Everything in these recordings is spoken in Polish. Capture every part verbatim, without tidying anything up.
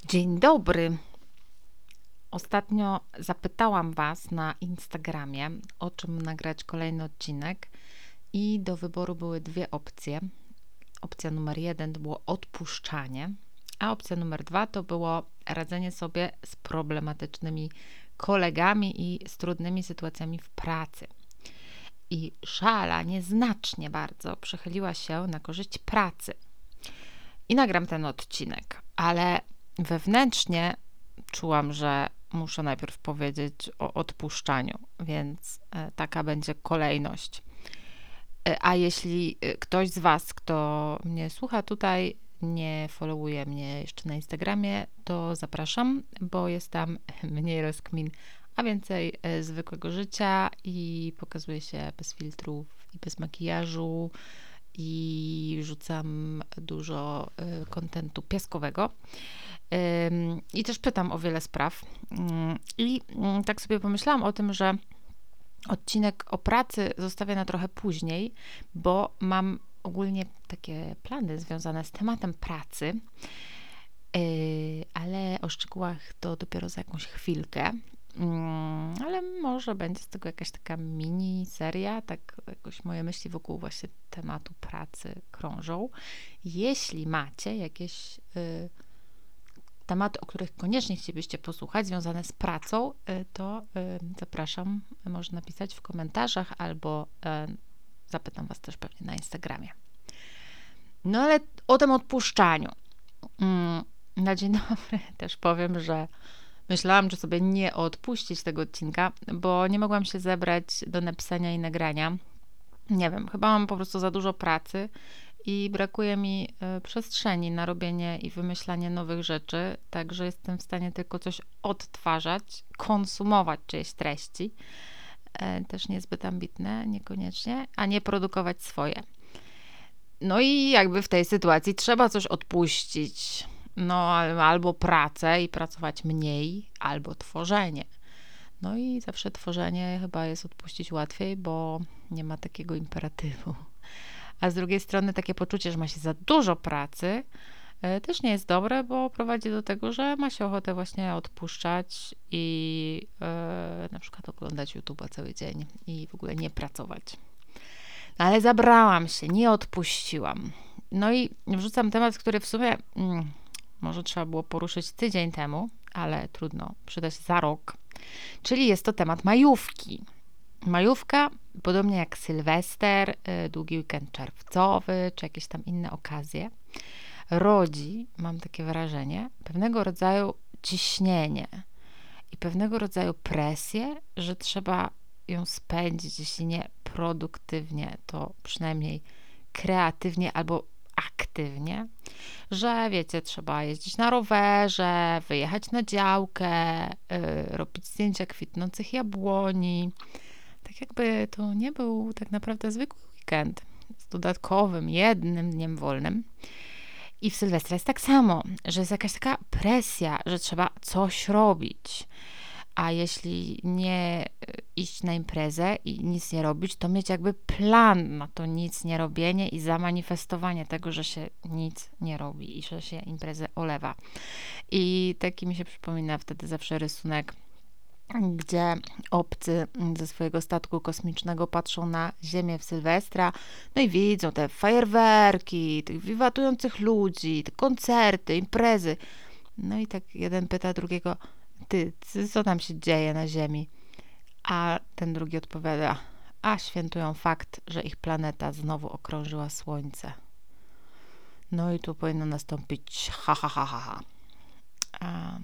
Dzień dobry. Ostatnio zapytałam Was na Instagramie, o czym nagrać kolejny odcinek, i do wyboru były dwie opcje. Opcja numer jeden to było odpuszczanie, a opcja numer dwa to było radzenie sobie z problematycznymi kolegami i z trudnymi sytuacjami w pracy. I szala nieznacznie bardzo przechyliła się na korzyść pracy. I nagram ten odcinek, ale wewnętrznie czułam, że muszę najpierw powiedzieć o odpuszczaniu, więc taka będzie kolejność. A jeśli ktoś z Was, kto mnie słucha tutaj, nie followuje mnie jeszcze na Instagramie, to zapraszam, bo jest tam mniej rozkmin, a więcej zwykłego życia i pokazuje się bez filtrów i bez makijażu i rzucam dużo kontentu piaskowego. I też pytam o wiele spraw. I tak sobie pomyślałam o tym, że odcinek o pracy zostawię na trochę później, bo mam ogólnie takie plany związane z tematem pracy, ale o szczegółach to dopiero za jakąś chwilkę. Ale może będzie z tego jakaś taka mini seria, tak jakoś moje myśli wokół właśnie tematu pracy krążą. Jeśli macie jakieś y, tematy, o których koniecznie chcielibyście posłuchać, związane z pracą, y, to y, zapraszam, można napisać w komentarzach albo y, zapytam Was też pewnie na Instagramie. No ale o tym odpuszczaniu. Mm, na dzień dobry też powiem, że myślałam, że sobie nie odpuścić tego odcinka, bo nie mogłam się zebrać do napisania i nagrania. Nie wiem, chyba mam po prostu za dużo pracy i brakuje mi y, przestrzeni na robienie i wymyślanie nowych rzeczy, także jestem w stanie tylko coś odtwarzać, konsumować czyjeś treści, y, też niezbyt ambitne, niekoniecznie, a nie produkować swoje. No i jakby w tej sytuacji trzeba coś odpuścić. No, albo pracę i pracować mniej, albo tworzenie. No i zawsze tworzenie chyba jest odpuścić łatwiej, bo nie ma takiego imperatywu. A z drugiej strony takie poczucie, że ma się za dużo pracy, też nie jest dobre, bo prowadzi do tego, że ma się ochotę właśnie odpuszczać i yy, na przykład oglądać YouTube'a cały dzień i w ogóle nie pracować. No ale zabrałam się, nie odpuściłam. No i wrzucam temat, który w sumie mm, może trzeba było poruszyć tydzień temu, ale trudno, przyda się za rok. Czyli jest to temat majówki. Majówka, podobnie jak Sylwester, długi weekend czerwcowy, czy jakieś tam inne okazje, rodzi, mam takie wrażenie, pewnego rodzaju ciśnienie i pewnego rodzaju presję, że trzeba ją spędzić, jeśli nie produktywnie, to przynajmniej kreatywnie albo aktywnie, że wiecie, trzeba jeździć na rowerze, wyjechać na działkę, yy, robić zdjęcia kwitnących jabłoni. Tak jakby to nie był tak naprawdę zwykły weekend z dodatkowym, jednym dniem wolnym. I w Sylwestra jest tak samo, że jest jakaś taka presja, że trzeba coś robić. A jeśli nie iść na imprezę i nic nie robić, to mieć jakby plan na to nic nie robienie i zamanifestowanie tego, że się nic nie robi i że się imprezę olewa. I taki mi się przypomina wtedy zawsze rysunek, gdzie obcy ze swojego statku kosmicznego patrzą na Ziemię w Sylwestra, no i widzą te fajerwerki, tych wiwatujących ludzi, te koncerty, imprezy. No i tak jeden pyta drugiego: ty, co tam się dzieje na Ziemi? A ten drugi odpowiada: a świętują fakt, że ich planeta znowu okrążyła Słońce. No i tu powinno nastąpić ha, ha, ha, ha, ha. A,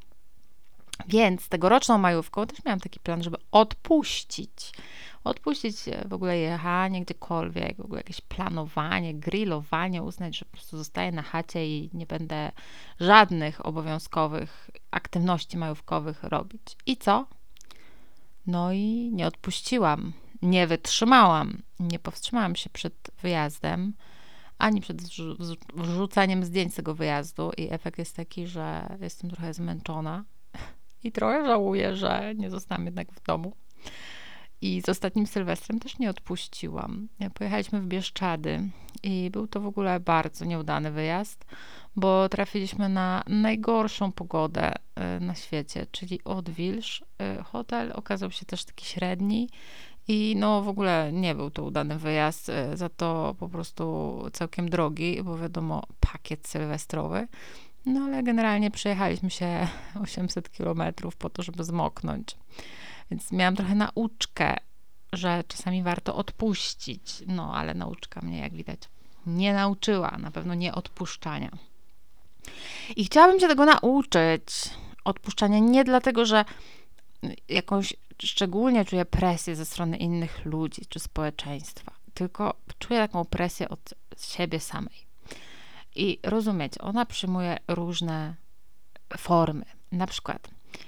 więc tegoroczną majówką też miałam taki plan, żeby odpuścić. Odpuścić w ogóle jechanie gdziekolwiek, w ogóle jakieś planowanie, grillowanie, uznać, że po prostu zostaję na chacie i nie będę żadnych obowiązkowych aktywności majówkowych robić. I co? No i nie odpuściłam, nie wytrzymałam, nie powstrzymałam się przed wyjazdem, ani przed wrzucaniem zdjęć z tego wyjazdu i efekt jest taki, że jestem trochę zmęczona i trochę żałuję, że nie zostałam jednak w domu. I z ostatnim Sylwestrem też nie odpuściłam. Pojechaliśmy w Bieszczady i był to w ogóle bardzo nieudany wyjazd, bo trafiliśmy na najgorszą pogodę na świecie, czyli odwilż. Hotel okazał się też taki średni i no w ogóle nie był to udany wyjazd, za to po prostu całkiem drogi, bo wiadomo, pakiet sylwestrowy. No ale generalnie przejechaliśmy się osiemset kilometrów po to, żeby zmoknąć. Więc miałam trochę nauczkę, że czasami warto odpuścić. No, ale nauczka mnie, jak widać, nie nauczyła. Na pewno nie odpuszczania. I chciałabym się tego nauczyć. Odpuszczania nie dlatego, że jakąś szczególnie czuję presję ze strony innych ludzi czy społeczeństwa. Tylko czuję taką presję od siebie samej. I rozumiecie, ona przyjmuje różne formy. Na przykład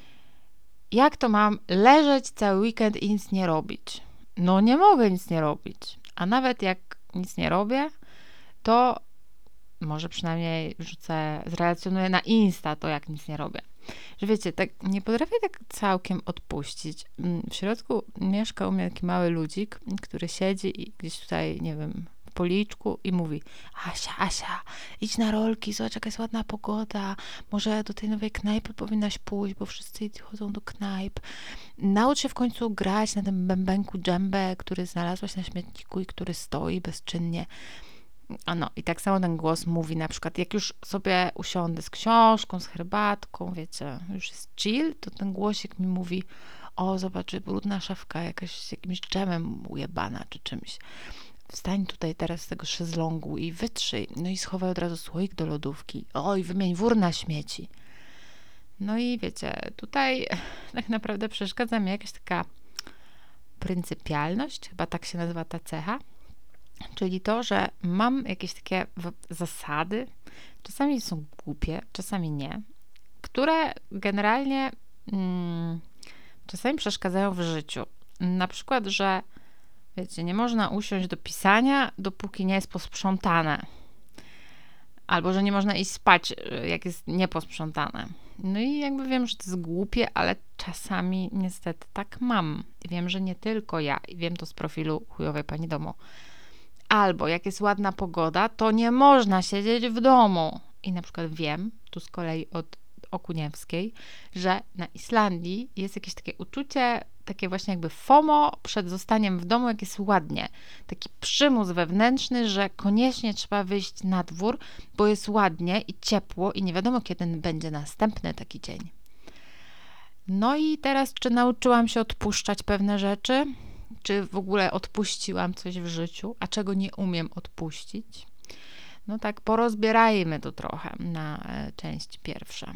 jak to mam leżeć cały weekend i nic nie robić? No nie mogę nic nie robić. A nawet jak nic nie robię, to może przynajmniej wrzucę, zrelacjonuję na Insta to, jak nic nie robię. Że wiecie, tak nie potrafię tak całkiem odpuścić. W środku mieszka u mnie taki mały ludzik, który siedzi i gdzieś tutaj, nie wiem, w policzku i mówi: Asia, Asia, idź na rolki, zobacz jaka jest ładna pogoda, może do tej nowej knajpy powinnaś pójść, bo wszyscy chodzą do knajp. Naucz się w końcu grać na tym bębenku dżembę, który znalazłaś na śmietniku i który stoi bezczynnie. A no, i tak samo ten głos mówi na przykład, jak już sobie usiądę z książką, z herbatką, wiecie, już jest chill, to ten głosik mi mówi: o, zobacz, brudna szafka, jakaś z jakimś dżemem ujebana, czy czymś. Wstań tutaj teraz z tego szezlongu i wytrzyj, no i schowaj od razu słoik do lodówki. Oj, wymień wór na śmieci. No i wiecie, tutaj tak naprawdę przeszkadza mi jakaś taka pryncypialność, chyba tak się nazywa ta cecha, czyli to, że mam jakieś takie zasady, czasami są głupie, czasami nie, które generalnie mm, czasami przeszkadzają w życiu. Na przykład, że wiecie, nie można usiąść do pisania, dopóki nie jest posprzątane. Albo, że nie można iść spać, jak jest nieposprzątane. No i jakby wiem, że to jest głupie, ale czasami niestety tak mam. I wiem, że nie tylko ja. I wiem to z profilu chujowej pani domu. Albo jak jest ładna pogoda, to nie można siedzieć w domu. I na przykład wiem, tu z kolei od Okuniewskiej, że na Islandii jest jakieś takie uczucie, takie właśnie jakby FOMO przed zostaniem w domu, jak jest ładnie. Taki przymus wewnętrzny, że koniecznie trzeba wyjść na dwór, bo jest ładnie i ciepło i nie wiadomo, kiedy będzie następny taki dzień. No i teraz, czy nauczyłam się odpuszczać pewne rzeczy? Czy w ogóle odpuściłam coś w życiu, a czego nie umiem odpuścić? No tak, porozbierajmy to trochę na część pierwsza.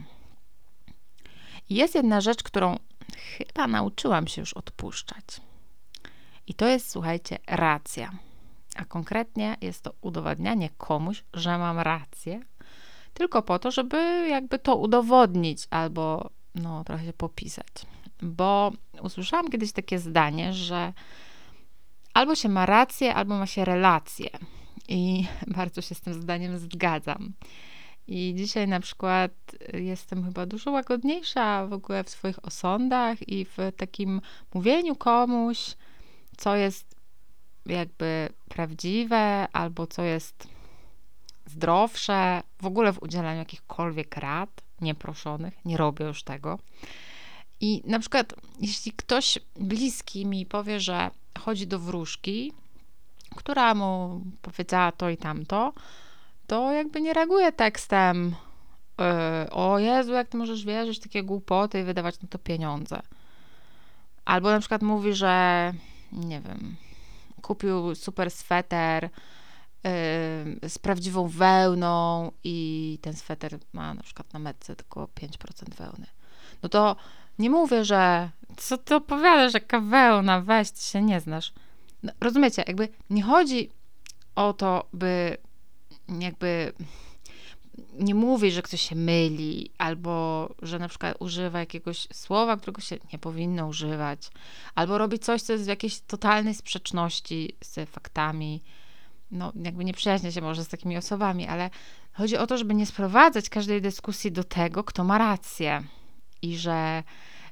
Jest jedna rzecz, którą chyba nauczyłam się już odpuszczać. I to jest, słuchajcie, racja. A konkretnie jest to udowadnianie komuś, że mam rację, tylko po to, żeby jakby to udowodnić albo no trochę się popisać. Bo usłyszałam kiedyś takie zdanie, że albo się ma rację, albo ma się relacje. I bardzo się z tym zdaniem zgadzam. I dzisiaj na przykład jestem chyba dużo łagodniejsza w ogóle w swoich osądach i w takim mówieniu komuś, co jest jakby prawdziwe, albo co jest zdrowsze, w ogóle w udzielaniu jakichkolwiek rad nieproszonych. Nie robię już tego. I na przykład, jeśli ktoś bliski mi powie, że chodzi do wróżki, która mu powiedziała to i tamto, to jakby nie reaguję tekstem: yy, o Jezu, jak ty możesz wierzyć w takie głupoty i wydawać na to pieniądze. Albo na przykład mówi, że nie wiem, kupił super sweter yy, z prawdziwą wełną i ten sweter ma na przykład na metce tylko pięć procent wełny. No to nie mówię, że co ty opowiadasz, jaka wełna, weź, ty się nie znasz. No, rozumiecie, jakby nie chodzi o to, by jakby nie mówić, że ktoś się myli, albo że na przykład używa jakiegoś słowa, którego się nie powinno używać, albo robi coś, co jest w jakiejś totalnej sprzeczności z faktami. No, jakby nie przyjaźnię się może z takimi osobami, ale chodzi o to, żeby nie sprowadzać każdej dyskusji do tego, kto ma rację. I że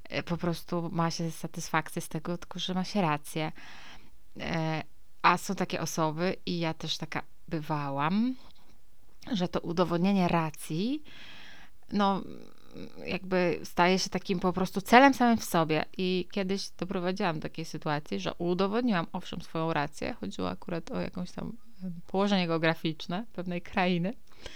e, po prostu ma się satysfakcję z tego, tylko że ma się rację. E, A są takie osoby, i ja też taka bywałam, że to udowodnienie racji, no jakby staje się takim po prostu celem samym w sobie. I kiedyś doprowadziłam do takiej sytuacji, że udowodniłam owszem swoją rację. Chodziło akurat o jakąś tam położenie geograficzne pewnej krainy.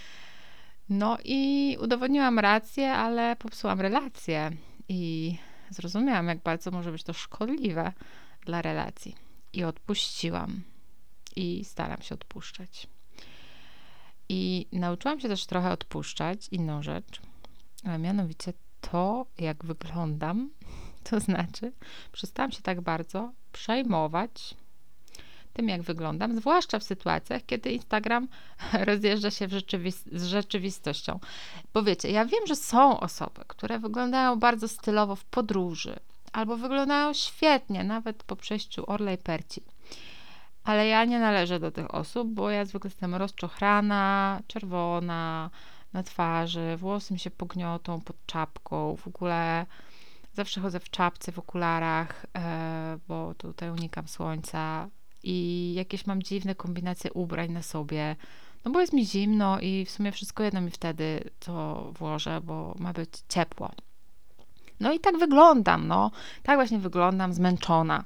No i udowodniłam rację, ale popsułam relację i zrozumiałam, jak bardzo może być to szkodliwe dla relacji. I odpuściłam. I staram się odpuszczać. I nauczyłam się też trochę odpuszczać inną rzecz, a mianowicie to, jak wyglądam. To znaczy, przestałam się tak bardzo przejmować tym, jak wyglądam, zwłaszcza w sytuacjach, kiedy Instagram rozjeżdża się w rzeczywist- z rzeczywistością. Bo wiecie, ja wiem, że są osoby, które wyglądają bardzo stylowo w podróży, albo wyglądają świetnie, nawet po przejściu Orlej Perci. Ale ja nie należę do tych osób, bo ja zwykle jestem rozczochrana, czerwona na twarzy, włosy mi się pogniotą pod czapką, w ogóle zawsze chodzę w czapce, w okularach, e, bo tutaj unikam słońca i jakieś mam dziwne kombinacje ubrań na sobie, no bo jest mi zimno i w sumie wszystko jedno mi wtedy, co włożę, bo ma być ciepło. No i tak wyglądam, no. Tak właśnie wyglądam, zmęczona.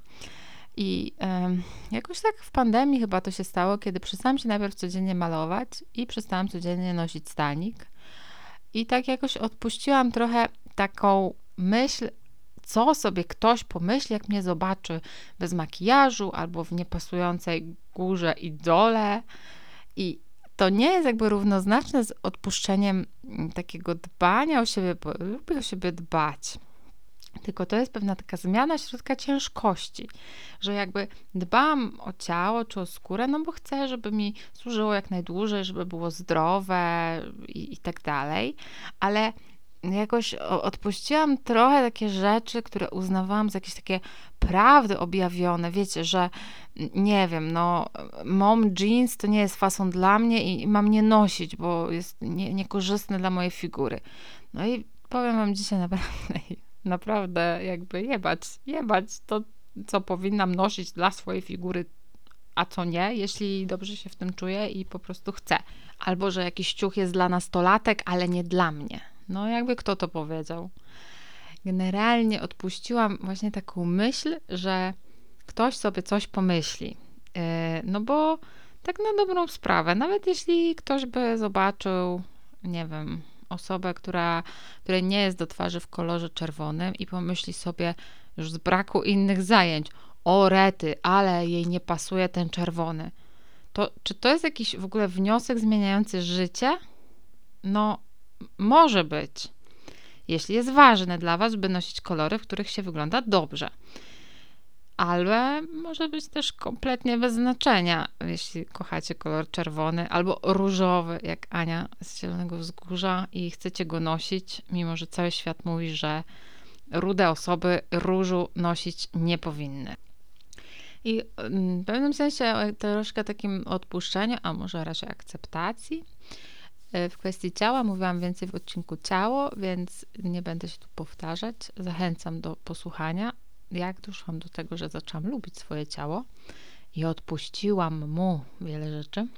I em, jakoś tak w pandemii chyba to się stało, kiedy przestałam się najpierw codziennie malować i przestałam codziennie nosić stanik. I tak jakoś odpuściłam trochę taką myśl, co sobie ktoś pomyśli, jak mnie zobaczy bez makijażu albo w niepasującej górze i dole. I to nie jest jakby równoznaczne z odpuszczeniem mm, takiego dbania o siebie, bo lubię o siebie dbać. Tylko to jest pewna taka zmiana środka ciężkości, że jakby dbam o ciało czy o skórę, no bo chcę, żeby mi służyło jak najdłużej, żeby było zdrowe i, i tak dalej, ale jakoś o- odpuściłam trochę takie rzeczy, które uznawałam za jakieś takie prawdy objawione. Wiecie, że n- nie wiem, no mom jeans to nie jest fason dla mnie i, i mam nie nosić, bo jest nie, niekorzystny dla mojej figury. No i powiem wam dzisiaj naprawdę, naprawdę jakby jebać, jebać to, co powinnam nosić dla swojej figury, a co nie, jeśli dobrze się w tym czuję i po prostu chcę. Albo, że jakiś ciuch jest dla nastolatek, ale nie dla mnie. No jakby kto to powiedział. Generalnie odpuściłam właśnie taką myśl, że ktoś sobie coś pomyśli. Yy, no bo tak na dobrą sprawę, nawet jeśli ktoś by zobaczył, nie wiem, osobę, która, której nie jest do twarzy w kolorze czerwonym i pomyśli sobie już z braku innych zajęć, o rety, ale jej nie pasuje ten czerwony. To czy to jest jakiś w ogóle wniosek zmieniający życie? No, może być. Jeśli jest ważne dla was, by nosić kolory, w których się wygląda dobrze. Ale może być też kompletnie bez znaczenia, jeśli kochacie kolor czerwony albo różowy, jak Ania z Zielonego Wzgórza i chcecie go nosić, mimo że cały świat mówi, że rude osoby różu nosić nie powinny. I w pewnym sensie troszkę takim odpuszczeniu, a może raczej akceptacji. W kwestii ciała mówiłam więcej w odcinku ciało, więc nie będę się tu powtarzać. Zachęcam do posłuchania, jak doszłam do tego, że zaczęłam lubić swoje ciało i odpuściłam mu wiele rzeczy.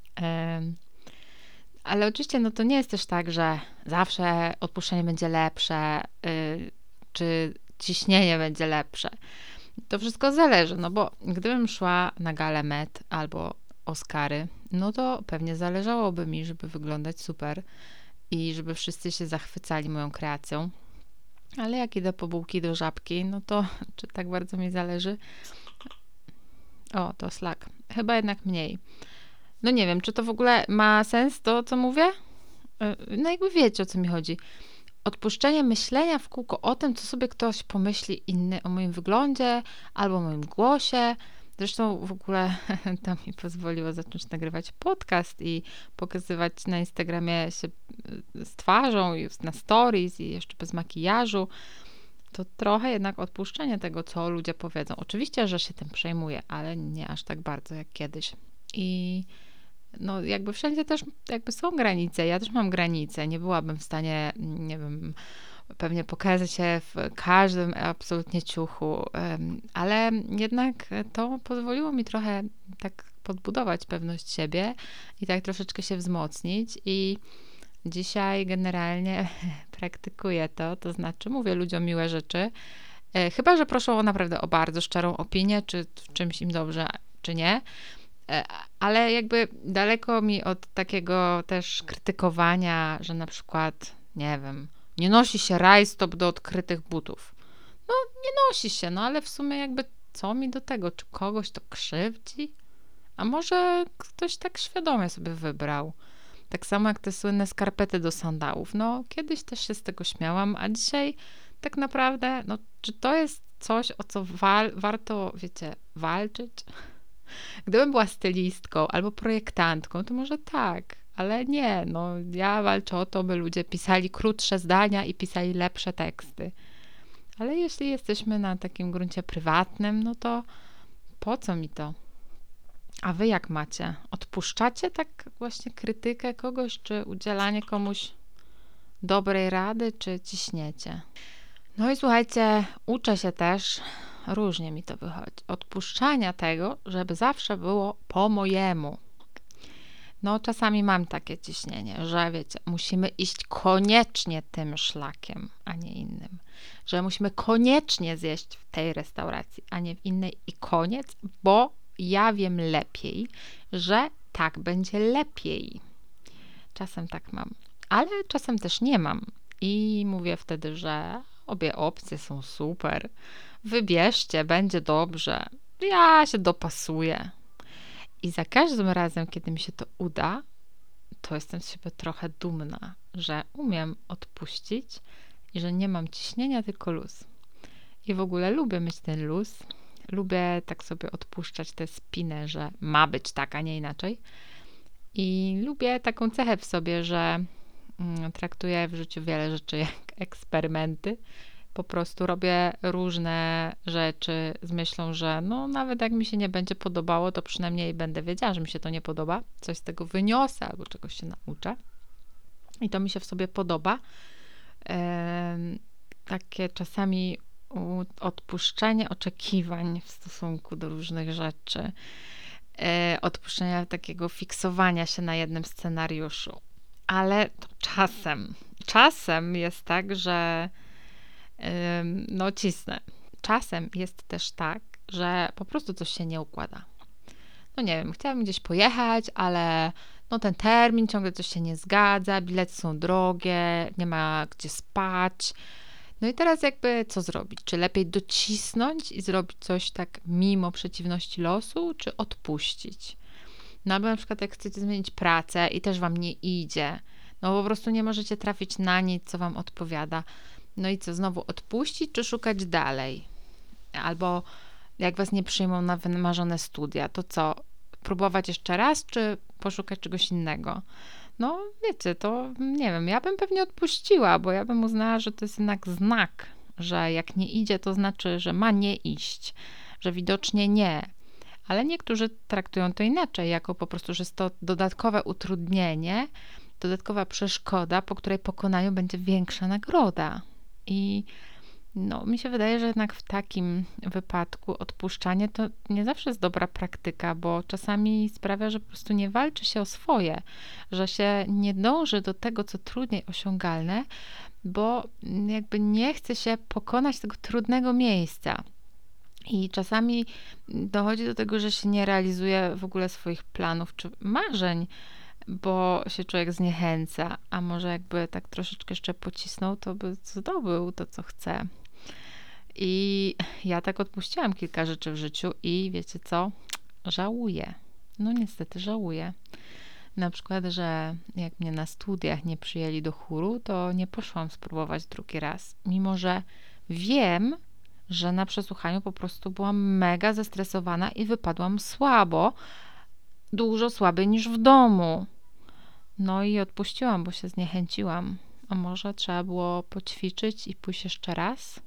Ale oczywiście no to nie jest też tak, że zawsze odpuszczenie będzie lepsze, czy ciśnienie będzie lepsze. To wszystko zależy, no bo gdybym szła na galę Met albo Oscary, no to pewnie zależałoby mi, żeby wyglądać super i żeby wszyscy się zachwycali moją kreacją. Ale jak idę po bułki do Żabki, no to czy tak bardzo mi zależy? O, to Slack. Chyba jednak mniej. No nie wiem, czy to w ogóle ma sens to, co mówię? No jakby wiecie, o co mi chodzi. Odpuszczenie myślenia w kółko o tym, co sobie ktoś pomyśli inny o moim wyglądzie albo o moim głosie. Zresztą w ogóle to mi pozwoliło zacząć nagrywać podcast i pokazywać na Instagramie się z twarzą i na stories i jeszcze bez makijażu. To trochę jednak odpuszczenie tego, co ludzie powiedzą. Oczywiście, że się tym przejmuję, ale nie aż tak bardzo jak kiedyś. I no jakby wszędzie też jakby są granice. Ja też mam granice. Nie byłabym w stanie, nie wiem, pewnie pokaże się w każdym absolutnie ciuchu, ale jednak to pozwoliło mi trochę tak podbudować pewność siebie i tak troszeczkę się wzmocnić i dzisiaj generalnie praktykuję to, to znaczy mówię ludziom miłe rzeczy, e, chyba że proszą o naprawdę o bardzo szczerą opinię, czy w czymś im dobrze, czy nie. E, Ale jakby daleko mi od takiego też krytykowania, że na przykład, nie wiem, nie nosi się rajstop do odkrytych butów. No, nie nosi się, no ale w sumie jakby co mi do tego? Czy kogoś to krzywdzi? A może ktoś tak świadomie sobie wybrał? Tak samo jak te słynne skarpety do sandałów. No, kiedyś też się z tego śmiałam, a dzisiaj tak naprawdę, no, czy to jest coś, o co wal- warto, wiecie, walczyć? Gdybym była stylistką albo projektantką, to może tak, ale nie, no ja walczę o to, by ludzie pisali krótsze zdania i pisali lepsze teksty. Ale jeśli jesteśmy na takim gruncie prywatnym, no to po co mi to? A wy jak macie? Odpuszczacie tak właśnie krytykę kogoś, czy udzielanie komuś dobrej rady, czy ciśniecie? No i słuchajcie, uczę się też, różnie mi to wychodzi, odpuszczania tego, żeby zawsze było po mojemu. No czasami mam takie ciśnienie, że wiecie, musimy iść koniecznie tym szlakiem, a nie innym. Że musimy koniecznie zjeść w tej restauracji, a nie w innej i koniec, bo ja wiem lepiej, że tak będzie lepiej. Czasem tak mam, ale czasem też nie mam. I mówię wtedy, że obie opcje są super. Wybierzcie, będzie dobrze. Ja się dopasuję. I za każdym razem, kiedy mi się to uda, to jestem z siebie trochę dumna, że umiem odpuścić i że nie mam ciśnienia, tylko luz. I w ogóle lubię mieć ten luz. Lubię tak sobie odpuszczać tę spinę, że ma być tak, a nie inaczej. I lubię taką cechę w sobie, że mm, traktuję w życiu wiele rzeczy jak eksperymenty. Po prostu robię różne rzeczy z myślą, że no nawet jak mi się nie będzie podobało, to przynajmniej będę wiedziała, że mi się to nie podoba. Coś z tego wyniosę albo czegoś się nauczę. I to mi się w sobie podoba. Ehm, takie czasami u- odpuszczenie oczekiwań w stosunku do różnych rzeczy. E, odpuszczenia takiego fiksowania się na jednym scenariuszu. Ale to czasem, czasem jest tak, że ym, no cisnę. Czasem jest też tak, że po prostu coś się nie układa. No nie wiem, chciałabym gdzieś pojechać, ale no ten termin, ciągle coś się nie zgadza, bilety są drogie, nie ma gdzie spać. No i teraz jakby co zrobić? Czy lepiej docisnąć i zrobić coś tak mimo przeciwności losu, czy odpuścić? No albo na przykład jak chcecie zmienić pracę i też wam nie idzie, no po prostu nie możecie trafić na nic, co wam odpowiada. No i co, znowu odpuścić, czy szukać dalej? Albo jak was nie przyjmą na wymarzone studia, to co? Próbować jeszcze raz, czy poszukać czegoś innego? No, wiecie, to nie wiem, ja bym pewnie odpuściła, bo ja bym uznała, że to jest jednak znak, że jak nie idzie, to znaczy, że ma nie iść, że widocznie nie. Ale niektórzy traktują to inaczej, jako po prostu, że jest to dodatkowe utrudnienie, dodatkowa przeszkoda, po której pokonaniu będzie większa nagroda. I no, mi się wydaje, że jednak w takim wypadku odpuszczanie to nie zawsze jest dobra praktyka, bo czasami sprawia, że po prostu nie walczy się o swoje, że się nie dąży do tego, co trudniej osiągalne, bo jakby nie chce się pokonać tego trudnego miejsca. I czasami dochodzi do tego, że się nie realizuje w ogóle swoich planów czy marzeń, bo się człowiek zniechęca, a może jakby tak troszeczkę jeszcze pocisnął, to by zdobył to, co chce. I ja tak odpuściłam kilka rzeczy w życiu i wiecie co? Żałuję. No niestety żałuję. Na przykład, że jak mnie na studiach nie przyjęli do chóru, to nie poszłam spróbować drugi raz. Mimo, że wiem, że na przesłuchaniu po prostu byłam mega zestresowana i wypadłam słabo. Dużo słabiej niż w domu. No i odpuściłam, bo się zniechęciłam. A może trzeba było poćwiczyć i pójść jeszcze raz?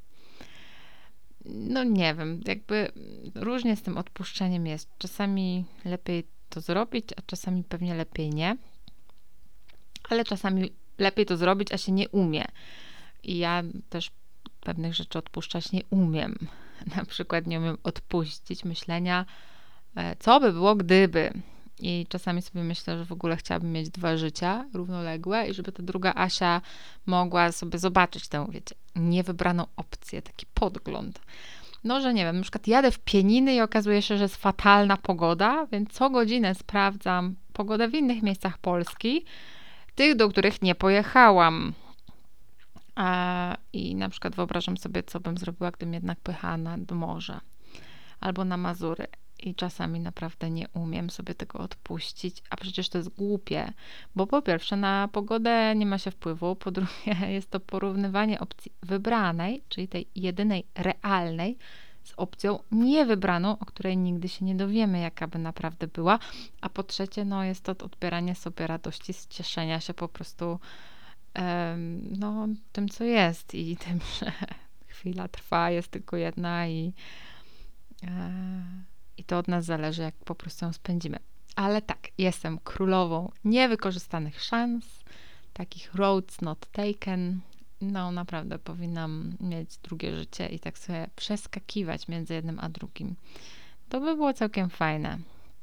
No nie wiem, jakby różnie z tym odpuszczeniem jest. Czasami lepiej to zrobić, a czasami pewnie lepiej nie. Ale czasami lepiej to zrobić, a się nie umie. I ja też pewnych rzeczy odpuszczać nie umiem. Na przykład nie umiem odpuścić myślenia, e, co by było gdyby. I czasami sobie myślę, że w ogóle chciałabym mieć dwa życia równoległe i żeby ta druga Asia mogła sobie zobaczyć tę, wiecie, niewybraną opcję, taki podgląd. No, że nie wiem, na przykład jadę w Pieniny i okazuje się, że jest fatalna pogoda, więc co godzinę sprawdzam pogodę w innych miejscach Polski, tych, do których nie pojechałam. A, I na przykład wyobrażam sobie, co bym zrobiła, gdybym jednak pojechała nad morze albo na Mazury. I czasami naprawdę nie umiem sobie tego odpuścić, a przecież to jest głupie, bo po pierwsze na pogodę nie ma się wpływu, po drugie jest to porównywanie opcji wybranej, czyli tej jedynej realnej, z opcją niewybraną, o której nigdy się nie dowiemy, jaka by naprawdę była, a po trzecie no, jest to odbieranie sobie radości z cieszenia się po prostu em, no, tym, co jest i tym, że chwila trwa, jest tylko jedna i i to od nas zależy, jak po prostu ją spędzimy. Ale tak, jestem królową niewykorzystanych szans, takich roads not taken. No naprawdę powinnam mieć drugie życie i tak sobie przeskakiwać między jednym a drugim. To by było całkiem fajne.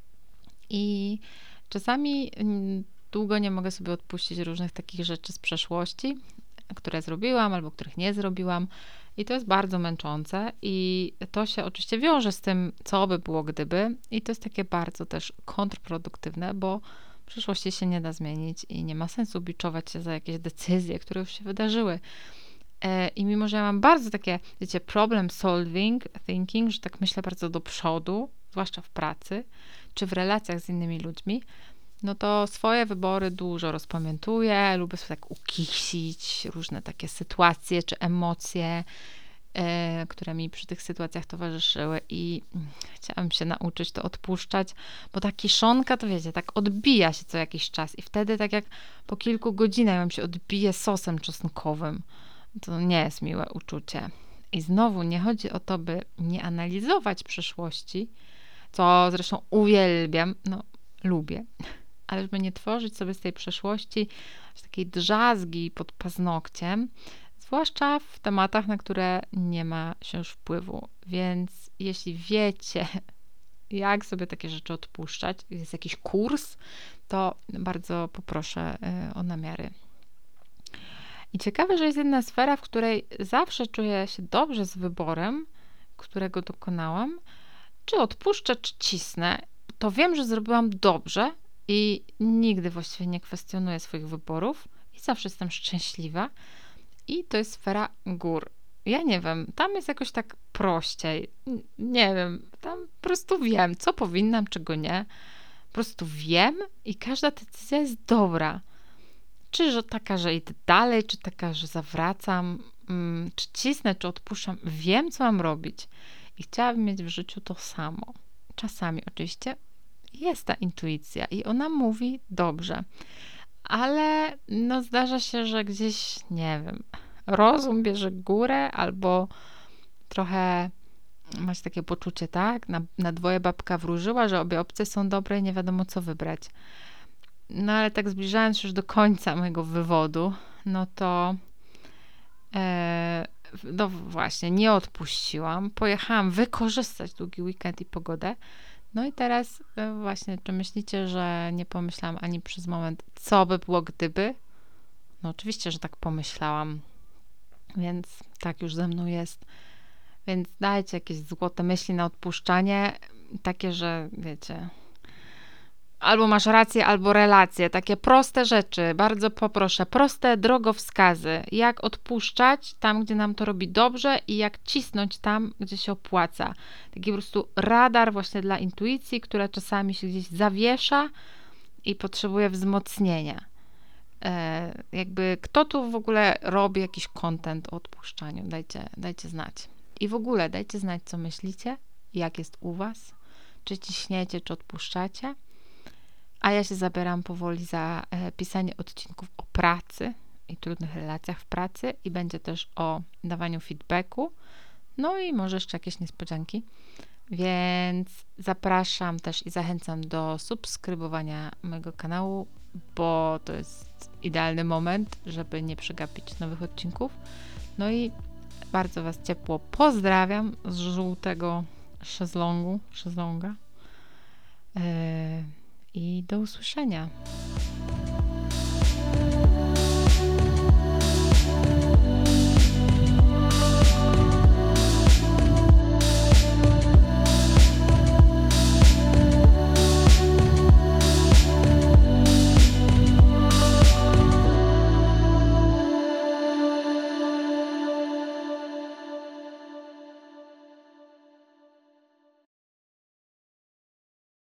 I czasami długo nie mogę sobie odpuścić różnych takich rzeczy z przeszłości, które zrobiłam albo których nie zrobiłam. I to jest bardzo męczące i to się oczywiście wiąże z tym, co by było gdyby i to jest takie bardzo też kontrproduktywne, bo w przyszłości się nie da zmienić i nie ma sensu biczować się za jakieś decyzje, które już się wydarzyły. I mimo, że ja mam bardzo takie, wiecie, problem solving thinking, że tak myślę bardzo do przodu, zwłaszcza w pracy, czy w relacjach z innymi ludźmi, no to swoje wybory dużo rozpamiętuję, lubię sobie tak ukisić różne takie sytuacje czy emocje, e, które mi przy tych sytuacjach towarzyszyły i chciałam się nauczyć to odpuszczać, bo ta kiszonka, to wiecie, tak odbija się co jakiś czas i wtedy tak jak po kilku godzinach ją się odbije sosem czosnkowym. To nie jest miłe uczucie. I znowu nie chodzi o to, by nie analizować przeszłości, co zresztą uwielbiam, no lubię, ale żeby nie tworzyć sobie z tej przeszłości takiej drzazgi pod paznokciem, zwłaszcza w tematach, na które nie ma się już wpływu. Więc jeśli wiecie, jak sobie takie rzeczy odpuszczać, jest jakiś kurs, to bardzo poproszę o namiary. I ciekawe, że jest jedna sfera, w której zawsze czuję się dobrze z wyborem, którego dokonałam, czy odpuszczę, czy cisnę, to wiem, że zrobiłam dobrze i nigdy właściwie nie kwestionuję swoich wyborów i zawsze jestem szczęśliwa. I to jest sfera gór. Ja nie wiem, tam jest jakoś tak prościej. Nie wiem, tam po prostu wiem, co powinnam, czego nie. Po prostu wiem i każda decyzja jest dobra. Czy że taka, że idę dalej, czy taka, że zawracam, czy cisnę, czy odpuszczam. Wiem, co mam robić. I chciałabym mieć w życiu to samo. Czasami oczywiście jest ta intuicja i ona mówi dobrze, ale no zdarza się, że gdzieś, nie wiem, rozum bierze górę albo trochę masz takie poczucie, tak? Na, na dwoje babka wróżyła, że obie opcje są dobre i nie wiadomo co wybrać. No ale tak zbliżając już do końca mojego wywodu, no to e, no właśnie, nie odpuściłam. Pojechałam wykorzystać długi weekend i pogodę. No i teraz właśnie, czy myślicie, że nie pomyślałam ani przez moment, co by było gdyby? No oczywiście, że tak pomyślałam. Więc tak już ze mną jest. Więc dajcie jakieś złote myśli na odpuszczanie. Takie, że wiecie... Albo masz rację, albo relacje. Takie proste rzeczy. Bardzo poproszę. Proste drogowskazy. Jak odpuszczać tam, gdzie nam to robi dobrze i jak cisnąć tam, gdzie się opłaca. Taki po prostu radar właśnie dla intuicji, która czasami się gdzieś zawiesza i potrzebuje wzmocnienia. E, jakby kto tu w ogóle robi jakiś content o odpuszczaniu? Dajcie, dajcie znać. I w ogóle dajcie znać, co myślicie, jak jest u was. Czy ciśniecie, czy odpuszczacie. A ja się zabieram powoli za e, pisanie odcinków o pracy i trudnych relacjach w pracy i będzie też o dawaniu feedbacku. No i może jeszcze jakieś niespodzianki. Więc zapraszam też i zachęcam do subskrybowania mojego kanału. bo to jest idealny moment, żeby nie przegapić nowych odcinków. No i bardzo Was ciepło pozdrawiam z żółtego szezlongu, szezlonga. Yy, I do usłyszenia.